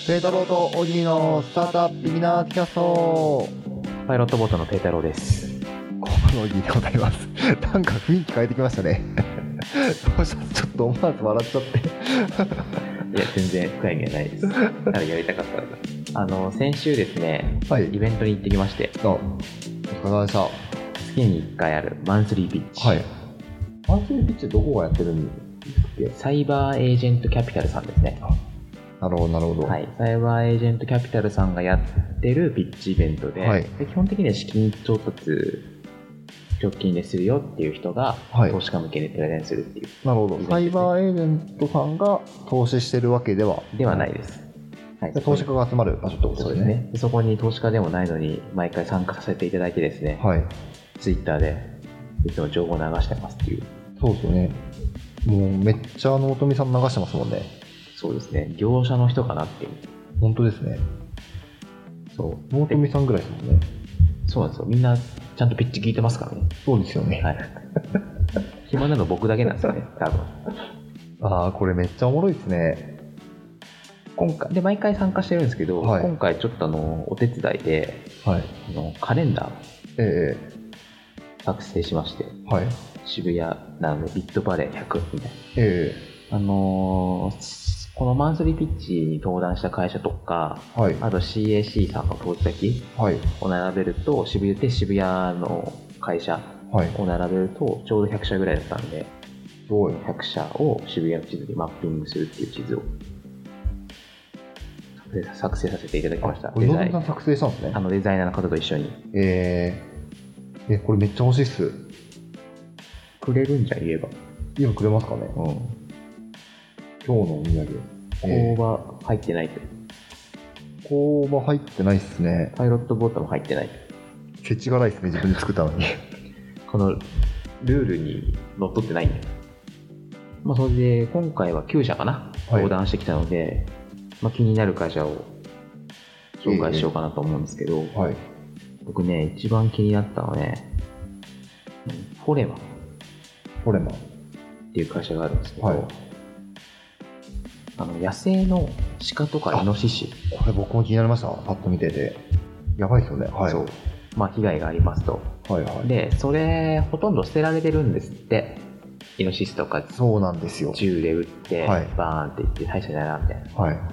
ペータローとオギーのスタートアップビギナーズキャスト。 パイロットボートのペータローです。 このオギーでございます。なんか雰囲気変えてきましたね。どうしたちょっと思わず笑っちゃって。 いや、全然深い意味はないです。ただやりたかったのが。先週ですね、 はい、 イベントに行ってきまして。 お疲れ様でした。 月に1回あるマンスリーピッチ。 はい。マンスリーピッチどこがやってるんですか？ サイバーエージェントキャピタルさんですね。 なるほどなるほど。 はい、サイバーエージェントキャピタルさんがやってるピッチイベント で、基本的には資金調達直近でするよっていう人が投資家向けにプレゼンするっていう、 なるほど。サイバーエージェントさんが投資してるわけではないです。はい、 投資家が集まる場所ってことですね。 そうですね。そこに投資家でもないのに毎回参加させていただいてですね、 はい、 ツイッターでいつも情報を流してますっていう。 そうですよね。もうめっちゃ音見さん流してますもんね。 そうですね。業者の人かなっていう。 本当ですね。そう。音見さんぐらいですもんね。 そうなんですよ。みんなちゃんとピッチ聞いてますからね。 そうですよね。 はい。暇なの僕だけなんですよね、多分。 ああ、これめっちゃおもろいですね。 今回で毎回参加してるんですけど、はい、今回ちょっとお手伝いで、はい、カレンダー作成しまして、はい、渋谷なのでビットバレー100みたいな、このマンスリーピッチに登壇した会社とか、はい、あと CAC さんの投資先を並べると、渋谷の会社を並べるとちょうど100社ぐらいだったんで、100社を渋谷の地図にマッピングするっていう地図を作成させていただきました。 これ野田さん作成したんですね。 デザイナーの方と一緒に。 これめっちゃ欲しいっす。 くれるんじゃ言えば。 今くれますかね。うん。今日のお土産。 工場入ってないと。 工場入ってないっすね。 パイロットボートも入ってない。 ケチがないっすね、自分で作ったのに。 このルールにのっとってないんだよ。まあそれで今回は9社かな、登壇してきたので、まあ、気になる会社を紹介しようかなと思うんですけど、はい、僕ね、一番気になったのはね、フォレマっていう会社があるんですけど、はい、野生の鹿とかイノシシ、 これ僕も気になりました。パッと見ててやばいですよね。はい、 そう、まあ、被害がありますと、はいはい、でそれほとんど捨てられてるんですって。イノシシとかそうなんですよ。 銃で撃って、はい、バーンっていって大したにならんみたいな、はい、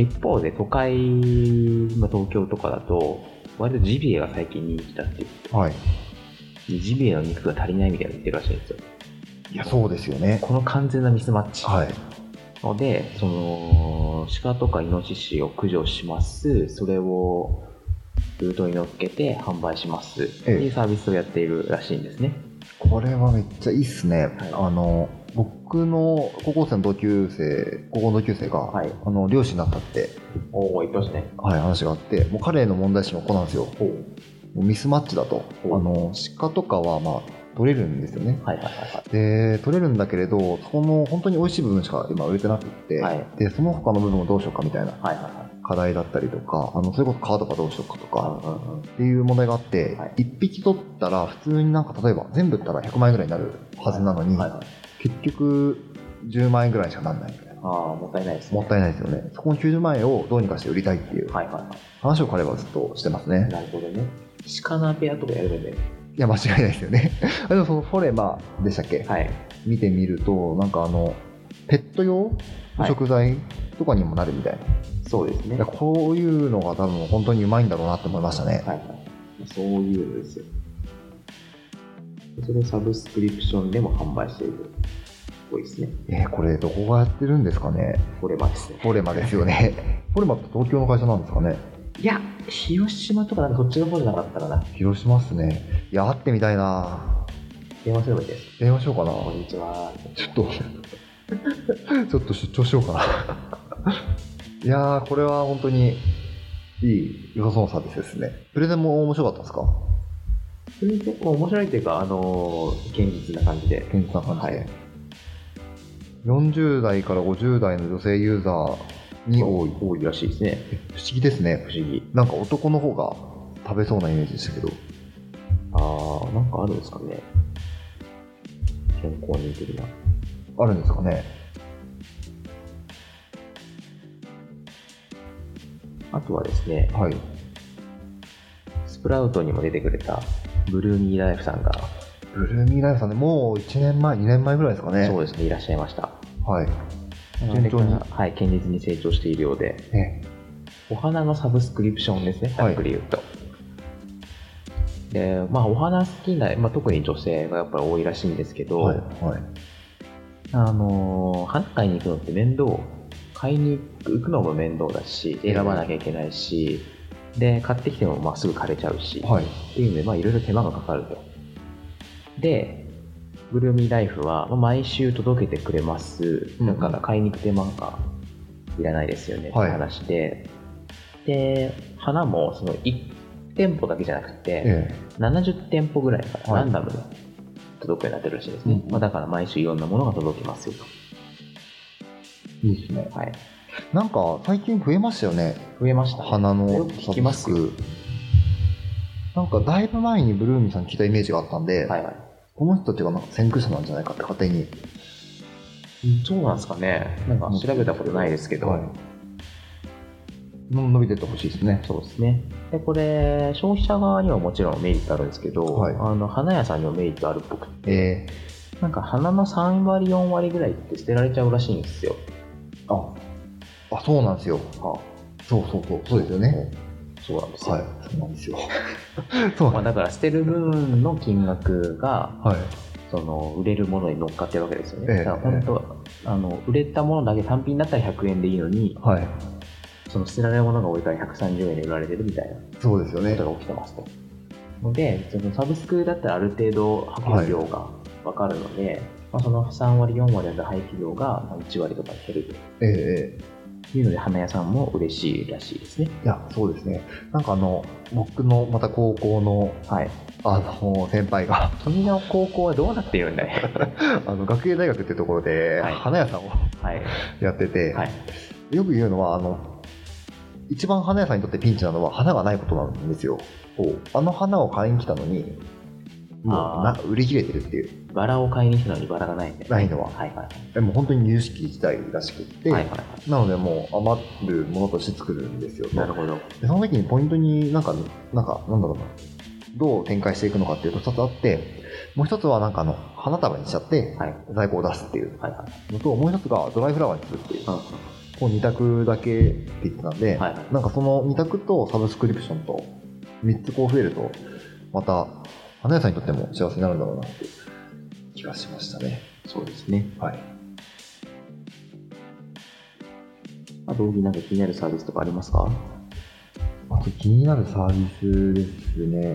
一方で都会、東京とかだと割とジビエが最近人気だっていう、はい、ジビエの肉が足りないみたいなの言ってるらしいんですよ。 いや、そうですよね。 この完全なミスマッチ、はい、のでその鹿とかイノシシを駆除します、それをルートに乗っけて販売しますっていうサービスをやっているらしいんですね。 これはめっちゃいいっすね。はい、僕の高校の同級生が、はい、漁師になったって言ってましたね。 はい、話があって、もう彼の問題視もここなんですよ。もうミスマッチだと。鹿とかはまあ取れるんですよね。はいはいはいはい、で取れるんだけれど、その本当に美味しい部分しか今売れてなくって、はい、でその他の部分をどうしようかみたいな課題だったりとか、それこそ皮とかどうしようかとかっていう問題があって、はい、1匹取ったら普通になんか例えば全部売ったら100万円ぐらいになるはずなのに、はいはいはい、結局10万円ぐらいしかなんないみたいな。 もったいないですね。 もったいないですよね。そこの90万円をどうにかして売りたいっていう話を彼はずっとしてますね。 なるほどね。鹿のペアとかやるんで。 いや、間違いないですよね。でもそのフォレマでしたっけ、はい、見てみると、なんかペット用の食材とかにもなるみたいな。はい、そうですね。こういうのが多分本当にうまいんだろうなって思いましたね。はいはい、 そういうのですよ。それをサブスクリプションでも販売している。多いですね。 これどこがやってるんですかね。 フォレマですね。 フォレマですよね。フォレマって東京の会社なんですかね。 いや、広島とかなんかそっちの方じゃなかったかな。 広島っすね。いや、会ってみたいな。 電話すればいいです。 電話しようかな。 こんにちは。 ちょっと出張しようかな。いやー、これは本当に良さそうなサービスですね。プレゼンも面白かったですか？ プレゼンも面白いっていうか、堅実な感じで。 堅実な感じで。はい、40代から50代の女性ユーザーに多いらしいですね。 不思議ですね。 不思議。 なんか男の方が食べそうなイメージでしたけど。 なんかあるんですかね。健康に的な。 あるんですかね。 あとはですね、 はい、 スプラウトにも出てくれたブルーミーライフさんが、 ブルーミーライフさんね、もう1年前、2年前ぐらいですかね。 そうですね、いらっしゃいました。 はい。 順調に、はい、堅実に成長しているようで、お花のサブスクリプションですね、ざっくり言うと。で、まあ、お花好きな、まあ、特に女性がやっぱり多いらしいんですけど、花買いに行くのって面倒、買いに行くのも面倒だし、選ばなきゃいけないし、で、買ってきてもまあすぐ枯れちゃうし、っていうので、まあ、いろいろ手間がかかると。で、ブルーミーライフは毎週届けてくれます。だから買いに行く手間がいらないですよねって話で、で、花もその1店舗だけじゃなくて、70店舗ぐらいからランダムで届くようになってるらしいですね。だから毎週いろんなものが届きますよと。 いいですね。 はい。 なんか最近増えましたよね。 増えましたね。 花のよく聞きますよ。 なんかだいぶ前にブルーミーさん聞いたイメージがあったんで、この人たちがなんか先駆者なんじゃないかって勝手に。 そうなんですかね。なんか調べたことないですけど。 伸びてってほしいですね。 そうですね。で、これ、消費者側にはもちろんメリットあるんですけど、花屋さんにもメリットあるっぽくて、なんか花の3割、4割ぐらいって捨てられちゃうらしいんですよ。 あ、そうなんですよ。そうですよね。 そうなんですよ。 そうなんですよ。 だから捨てる分の金額が、その売れるものに乗っかってるわけですよね。だから本当、売れたものだけ単品だったら100円でいいのに、その捨てられるものが多いから130円で売られてるみたいなことが起きてますと。ので、そのサブスクだったらある程度履ける量が分かるので、その3割、4割の廃棄量が1割とか減るというので、花屋さんも嬉しいらしいですね。 いや、そうですね。なんか僕のまた高校の、先輩が君の高校はどうなっているんだい学芸大学っていうところで花屋さんをやってて、よく言うのは一番花屋さんにとってピンチなのは花がないことなんですよ。花を買いに来たのにもう売り切れてるっていう。 バラを買いに来たのにバラがないんで、 ないのは。でも本当に入式自体らしくって、なのでもう余るものとして作るんですよ。 なるほど。 でその時にポイントになんだろうな、どう展開していくのかっていうと2つあって、もう一つはなんか花束にしちゃって在庫を出すっていうのと、もう一つがドライフラワーにするっていう。こう2択だけって言ってたんで、なんかその2択とサブスクリプションと3つこう増えると、また花屋さんにとっても幸せになるんだろうなっていう気がしましたね。 そうですね。あと、なんか気になるサービスとかありますか？ あと気になるサービスですね。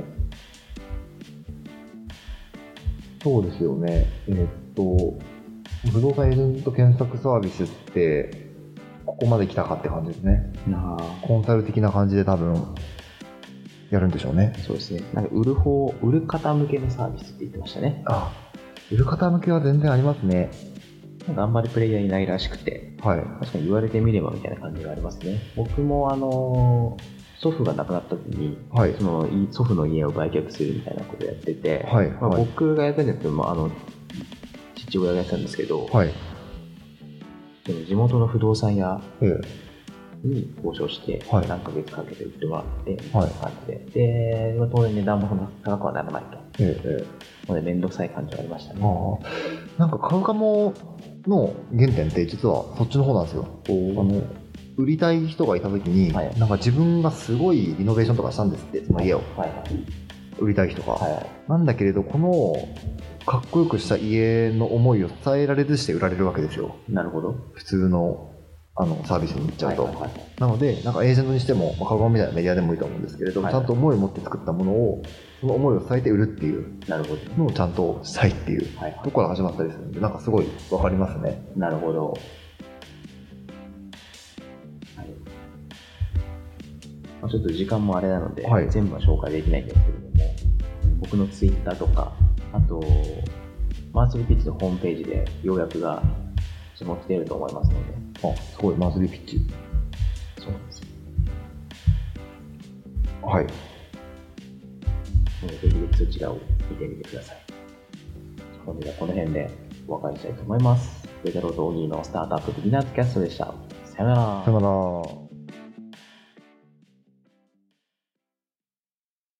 そうですよね。不動産エージェント検索サービスってここまで来たかって感じですね。コンサル的な感じで多分やるんでしょうね。 そうですね。なんか売る方向けのサービスって言ってましたね。 売る方向けは全然ありますね。 なんかあんまりプレイヤーいないらしくて、確かに言われてみればみたいな感じがありますね。僕も祖父が亡くなった時に、その祖父の家を売却するみたいなことをやってて、僕がやったんですけど、父親がやってたんですけど、その地元の不動産屋に交渉して、何ヶ月かけて売ってもらって、感じで、当然値段も高くはならないと。ので、めんどくさい感じがありましたね。 なんか買うかもの原点って実はそっちの方なんですよ。売りたい人がいた時に、なんか自分がすごいリノベーションとかしたんですって、その家を。売りたい人が。なんだけれど、このかっこよくした家の思いを伝えられずして売られるわけですよ。 なるほど。 普通のサービスに行っちゃうと。なので、なんかエージェントにしても、カゴみたいなメディアでもいいと思うんですけれど、ちゃんと思いを持って作ったものを、その思いを伝えて売るっていうのをちゃんとしたいっていうところから始まったりするんで、なんかすごいわかりますね。 なるほど。ちょっと時間もあれなので、全部は紹介できないんですけれども、僕のツイッターとか、あと、マースリーピッチのホームページで要約が載っていると思いますので。 すごい、マースリーピッチ。 そうなんですよ。ぜひぜひそちらを見てみてください。本日はこの辺でお別れしたいと思います。ペダロとオギーのスタートアップビギナーズキャストでした。さよなら。 さよなら。